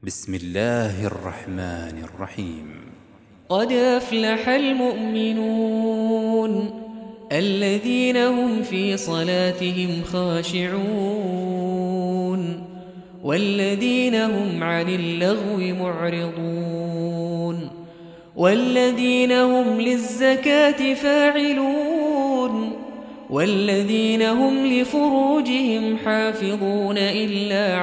بسم الله الرحمن الرحيم. قد أفلح المؤمنون الذين هم في صلاتهم خاشعون والذين هم عن اللغو معرضون والذين هم للزكاة فاعلون والذين هم لفروجهم حافظون إلا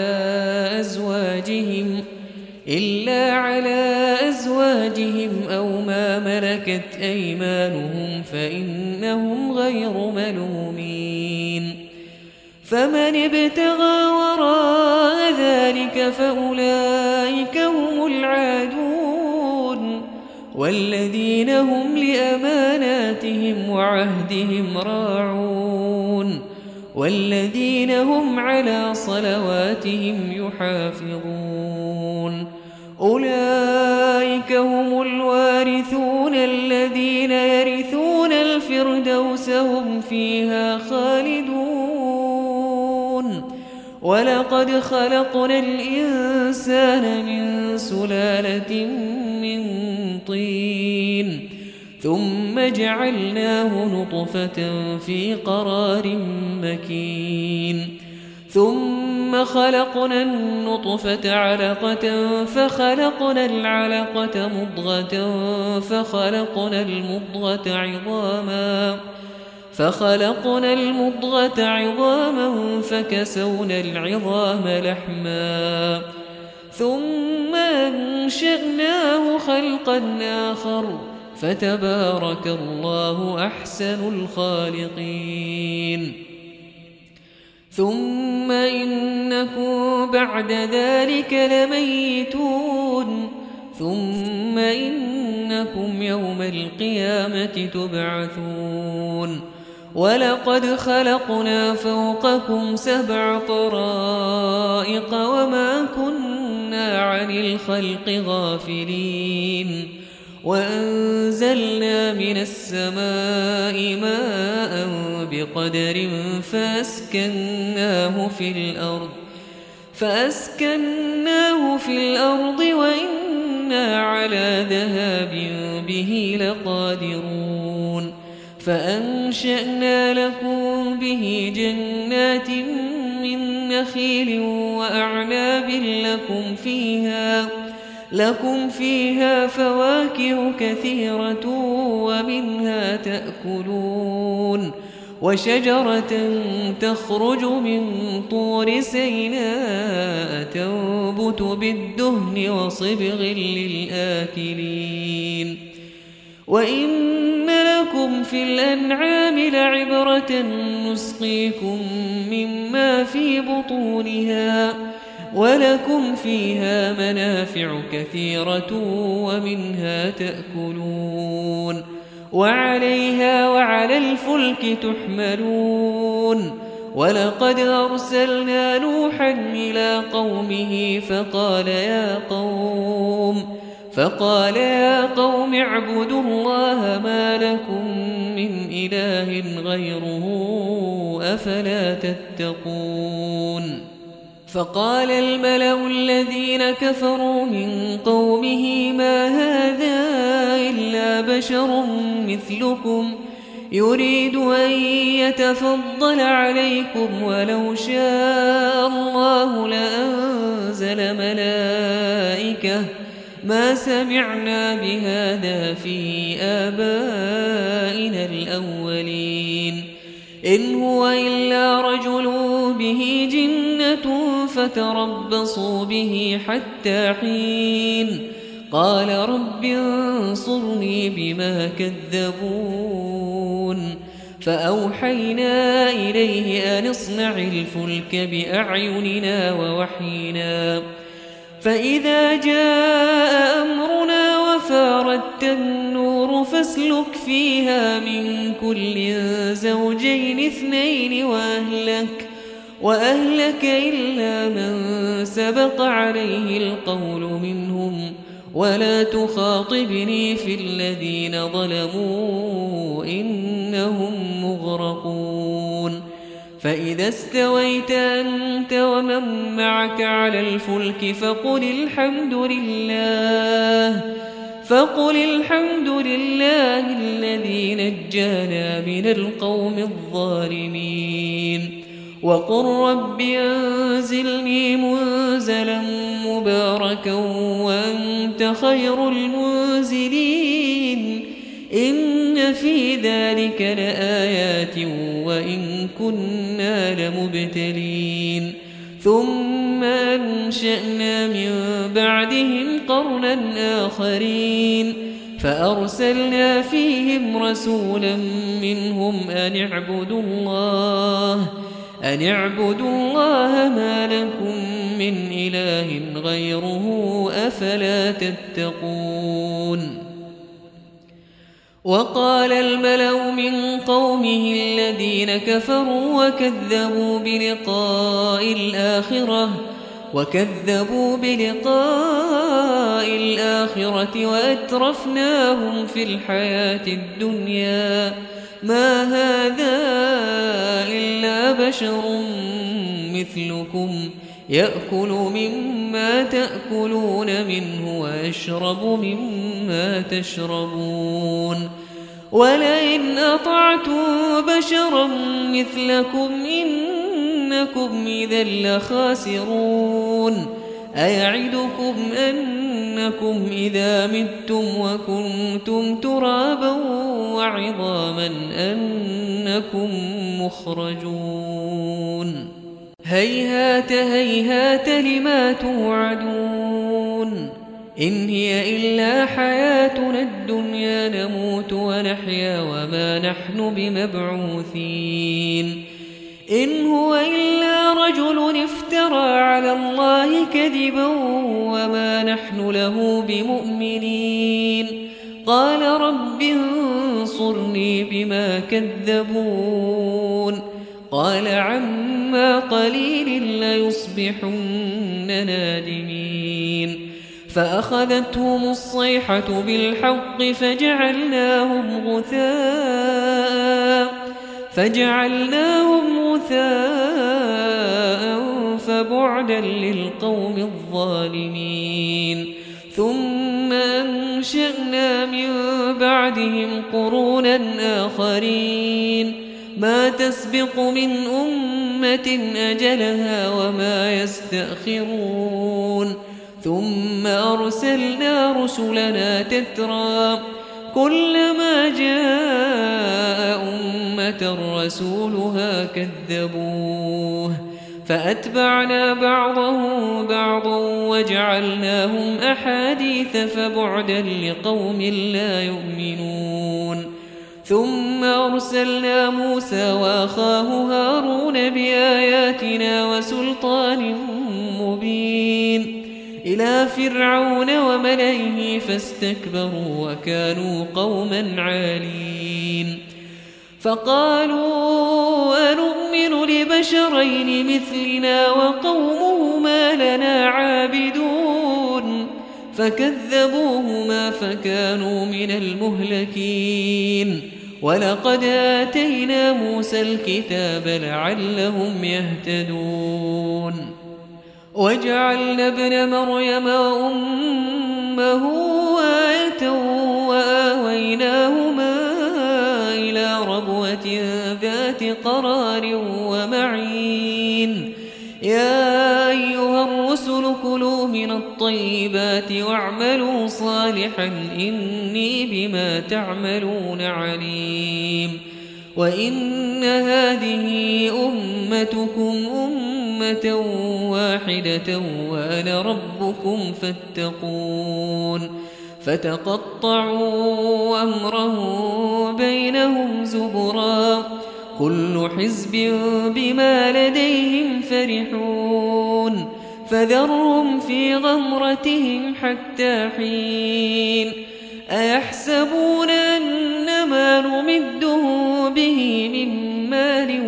على أزواجهم أو ما ملكت أيمانهم فإنهم غير ملومين. فمن ابتغى وراء ذلك فأولئك هم العادون والذين هم لأماناتهم وعهدهم راعون والذين هم على صلواتهم يحافظون. أولئك هم الوارثون الذين يرثون الفردوس هم فيها خالدون. ولقد خلقنا الإنسان من سلالة من طين ثم جعلناه نطفة في قرار مكين ثم خلقنا النطفة علقة فخلقنا العلقة مضغة فخلقنا المضغة عظاما فكسونا العظام لحما ثم أنشأناه خلقا آخر فتبارك الله أحسن الخالقين. ثم إنكم بعد ذلك لميتون ثم إنكم يوم القيامة تبعثون. ولقد خلقنا فوقكم 7 طرائق وما كنا عن الخلق غافلين وأنزلنا من السماء ماء بقدر فأسكناه في الأرض وإنا على ذهاب به لقادرون. فأنشأنا لكم به جنات من نخيل وأعناب لكم فيها فواكه كثيرة ومنها تأكلون. وشجرة تخرج من طور سيناء تنبت بالدهن وصبغ للآكلين. وإن لكم في الأنعام لعبرة نسقيكم مما في بطونها ولكم فيها منافع كثيرة ومنها تأكلون وعليها وعلى الفلك تحملون. ولقد أرسلنا نوحا إلى قومه فقال يا قوم اعبدوا الله ما لكم من إله غيره أفلا تتقون. فقال الملأ الذين كفروا من قومه ما هذا إلا بشر مثلكم يريد أن يتفضل عليكم ولو شاء الله لأنزل ملائكة ما سمعنا بهذا في آبائنا الأولين إن هو إلا رجل به جنة فتربصوا به حتى حين. قال رب انصرني بما كذبون. فأوحينا إليه أن اصنع الفلك بأعيننا ووحينا فإذا جاء أمرنا وفاردت النور فاسلك فيها من كل زوجين 2 وأهلك إلا من سبق عليه القول منهم ولا تخاطبني في الذين ظلموا إنهم مغرقون. فإذا استويت أنت ومن معك على الفلك فقل الحمد لله الذي نجانا من القوم الظالمين وقل رب أنزلني منزلا مباركا وأنت خير المنزلين إن في ذلك لآيات وإن كنا لمبتلين ثم أنشأنا من بعدهم قرنا آخرين فأرسلنا فيهم رسولا منهم أن اعبدوا الله ما لكم من إله غيره أفلا تتقون وقال الملأ من قومه الذين كفروا وكذبوا بلقاء الآخرة وأترفناهم في الحياة الدنيا ما هذا إلا بشر مثلكم يأكل مما تأكلون منه ويشرب مما تشربون ولئن أطعتم بشرا مثلكم إنكم إذا لخاسرون أيعدكم أنكم إذا متم وكنتم ترابا وعظاما أنكم مخرجون هيهات هيهات لما توعدون إن هي إلا حياتنا الدنيا نموت ونحيا وما نحن بمبعوثين إن هو إلا رجل افترى على الله كذبا وما نحن له بمؤمنين قال رب انصرني بما كذبون قال عما قليل ليصبحن نادمين فأخذتهم الصيحة بالحق فجعلناهم غثاء فبعدا للقوم الظالمين ثم أنشأنا من بعدهم قرونا آخرين ما تسبق من أمة أجلها وما يستأخرون ثم أرسلنا رسلنا تترى كلما جاء أمة رسولها كذبوه فأتبعنا بعضهم بعضا وجعلناهم أحاديث فبعدا لقوم لا يؤمنون ثم أرسلنا موسى وأخاه هارون بآياتنا وسلطان مبين إلى فرعون وملئه فاستكبروا وكانوا قوما عالين فقالوا أنؤمن لبشرين مثلنا وقومهما لنا عابدون فكذبوهما فكانوا من المهلكين ولقد آتينا موسى الكتاب لعلهم يهتدون وجعلنا ابن مريم وأمه آية وآويناهما إلى ربوة ذات قرار ومعين يا أيها الرسل كلوا من الطيبات واعملوا صالحا إني بما تعملون عليم وإن هذه أمتكم أمة واحدة وأنا ربكم فاتقون فتقطعوا أمرهم بينهم زبرا كل حزب بما لديهم فرحون فذرهم في غمرتهم حتى حين أيحسبون أنما نمدهم به من مال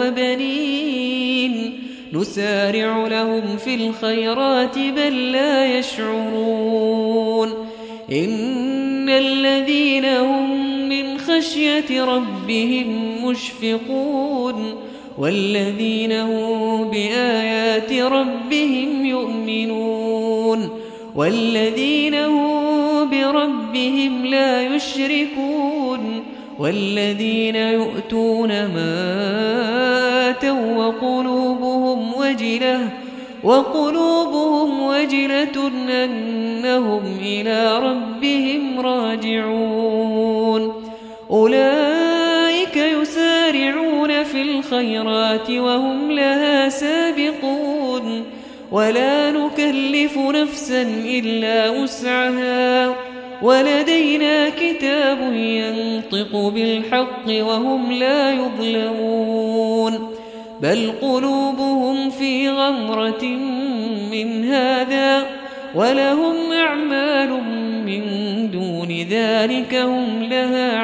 وبنين نسارع لهم في الخيرات بل لا يشعرون إن الذين هم من خشية ربهم مشفقون والذين هم بآيات ربهم يؤمنون والذين هم بربهم لا يشركون والذين يؤتون ما آتوا وقلوبهم وجلة أنهم إلى ربهم راجعون أولئك يسارعون في الخيرات وهم لها سابقون ولا نكلف نفسا إلا وسعها ولدينا كتاب ينطق بالحق وهم لا يظلمون بل قلوبهم في غمرة من هذا ولهم أعمال من دون ذلك هم لها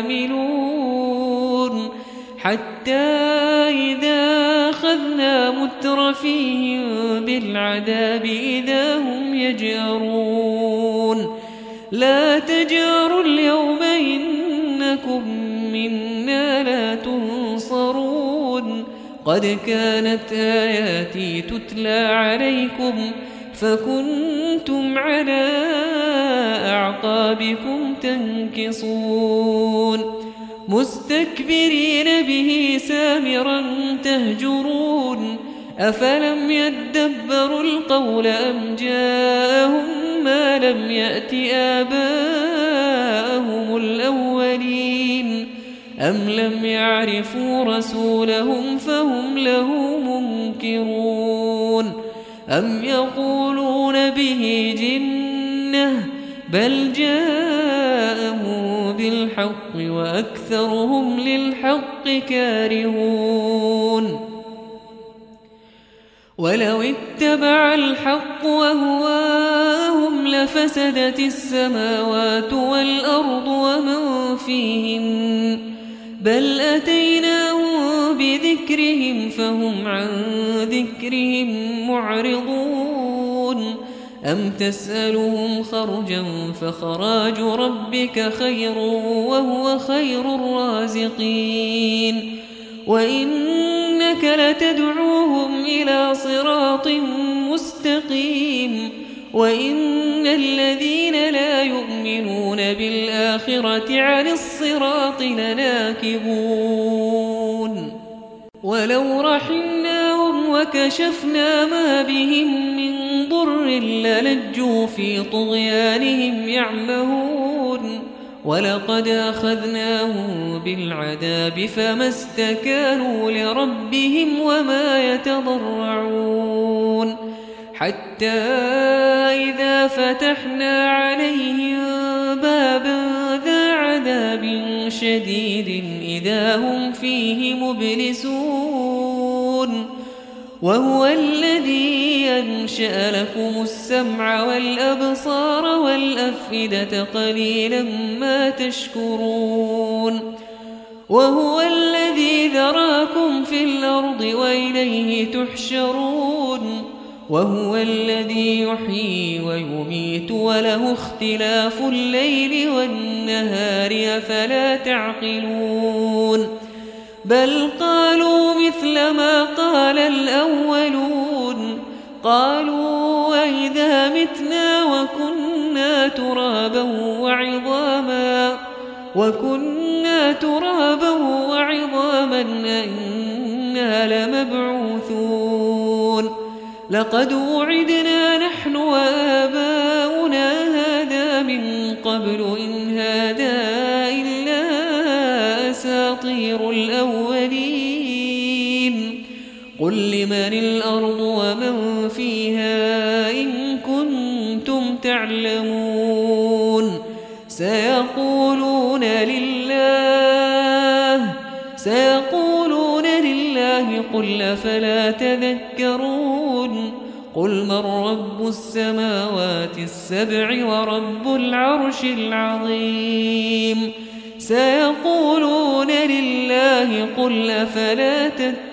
عاملون حتى إذا أخذنا مترفيهم بالعذاب إذا هم يجأرون لا تجأروا اليوم إنكم منا لا تنصرون قد كانت آياتي تتلى عليكم فكنتم على أعقابكم تنكصون مستكبرين به سامرا تهجرون أفلم يدبروا القول أم جاءهم ما لم يأت آباءهم الأولين أم لم يعرفوا رسولهم فهم له منكرون أم يقولون به جنة بل جاءه بالحق وأكثرهم للحق كارهون ولو اتبع الحق وهواهم لفسدت السماوات والأرض ومن فيهن بل أتيناهم بذكرهم فهم عن ذكرهم معرضون أم تسألهم خرجا فخراج ربك خير وهو خير الرازقين وإنك لتدعوهم إلى صراط مستقيم وإن الذين لا يؤمنون بالآخرة عن الصراط لناكبون ولو رحمناهم وكشفنا ما بهم من ضر للجوا في طغيانهم يعمهون ولقد أخذناهم بالعذاب فما استكانوا لربهم وما يتضرعون حتى إذا فتحنا عليهم بابا ذا عذاب شديد إذا هم فيه مبلسون وهو الذي أنشأ لكم السمع والأبصار والأفئدة قليلا ما تشكرون وهو الذي ذراكم في الأرض وإليه تحشرون وهو الذي يحيي ويميت وله اختلاف الليل والنهار أفلا تعقلون بل قالوا مثل ما قال الأولون قالوا أئذا متنا وكنا ترابا وعظاما أئنا لمبعوثون لقد وعدنا نحن وآباؤنا هذا من قبل إن هذا إلا أساطير الأولين قل لمن الأرض ومن فيها إن كنتم تعلمون سيقولون لله قل أفلا تذكرون قل من رب السماوات السبع ورب العرش العظيم سيقولون لله قل أفلا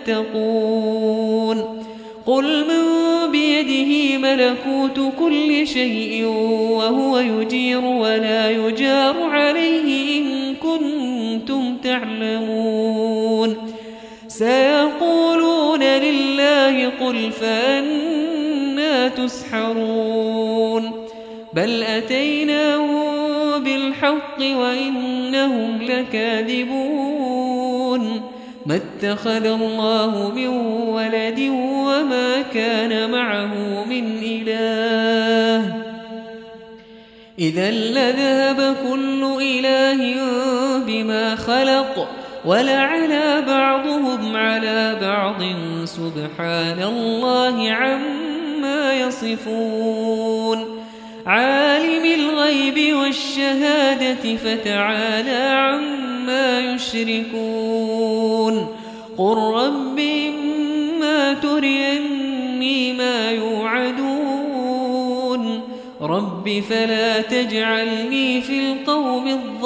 تتقون قل من بيده ملكوت كل شيء وهو يجير ولا يجار عليه إن كنتم تعلمون سيقولون قل فأنى تسحرون بل أتيناهم بالحق وإنهم لكاذبون ما اتخذ الله من ولد وما كان معه من إله إذا لذهب كل إله بما خلق ولعلى بعضهم على بعض سبحان الله عما يصفون عالم الغيب والشهادة فتعالى عما يشركون قل رب إما تريني ما يوعدون رب فلا تجعلني في القوم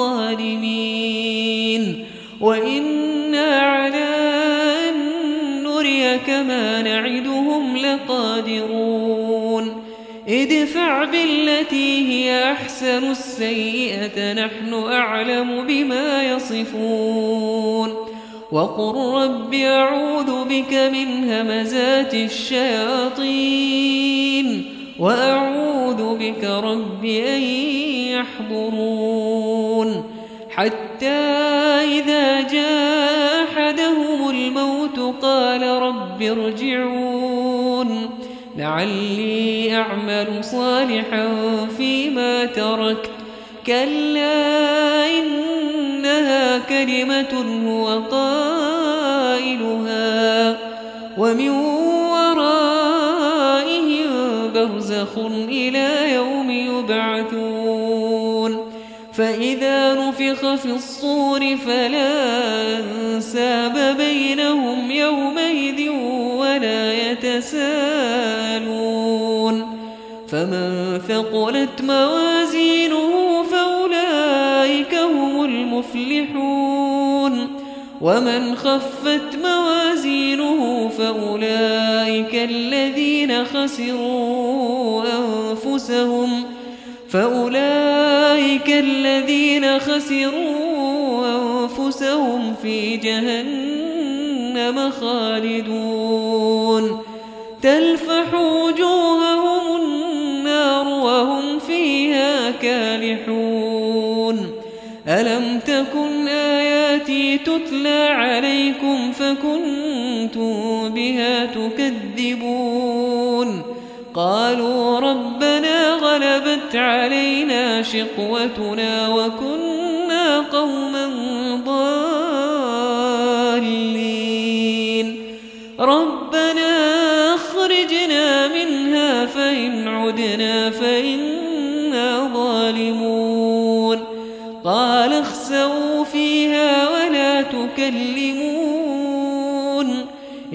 الظالمين وإنا على أن نريك ما نعدهم لقادرون ادفع بالتي هي أحسن السيئة نحن أعلم بما يصفون وقل رب أعوذ بك من همزات الشياطين وأعوذ بك رب أن يحضرون حتى إذا جاء أحدهم الموت قال رب ارجعون لعلي أعمل صالحا فيما تركت كلا إنها كلمة هو قائلها ومن ورائهم برزخ إلى يوم يبعثون فإذا نفخ في الصور فلا أنساب بينهم يومئذ ولا يتساءلون فمن ثقلت موازينه فأولئك هم المفلحون ومن خفت موازينه فأولئك الذين خسروا أنفسهم في جهنم خالدون تلفح وجوههم النار وهم فيها كالحون ألم تكن آياتي تتلى عليكم فكنتم بها تكذبون قالوا ربنا غلبت علينا شقوتنا وكنا قوما ضالين ربنا أخرجنا منها فإن عدنا فإنا ظالمون قال اخسئوا فيها ولا تكلمون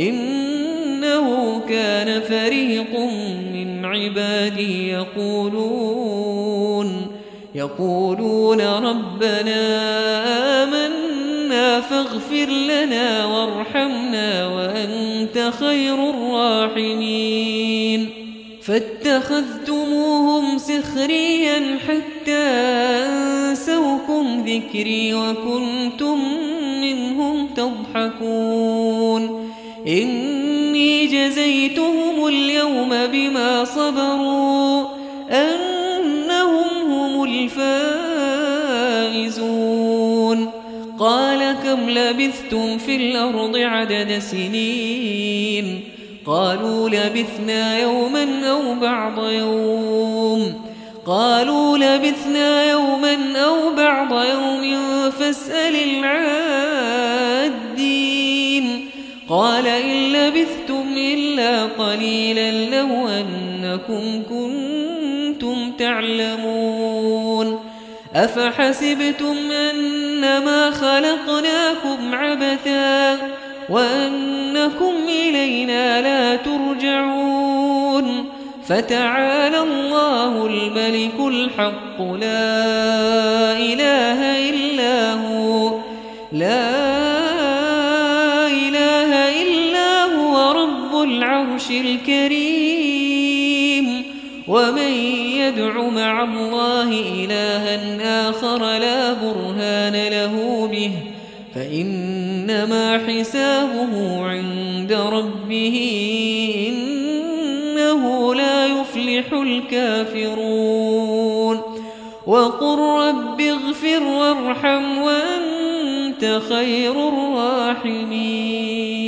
إنه كان فريق من عبادي يقولون ربنا آمنا فاغفر لنا وارحمنا وأنت خير الراحمين فاتخذتموهم سخريا حتى أنسوكم ذكري وكنتم منهم تضحكون إني جزيتهم اليوم بما صبروا أنهم هم الفائزون قال كم لبثتم في الأرض عدد سنين قالوا لبثنا يوما أو بعض يوم قالوا لبثنا يوما أو بعض يوم فاسأل العادين قال إن لبثتم إلا قليلا لو أنكم كنتم تعلمون أفحسبتم أنما خلقناكم عبثا وأنكم إلينا لا ترجعون فتعالى الله الملك الحق لا إله إلا هو رب العرش الكريم ومن يدع مع الله إلها آخر لا برهان له به فإنما حسابه عند ربه الكافرون وقل رب اغفر وارحم وأنت خير الراحمين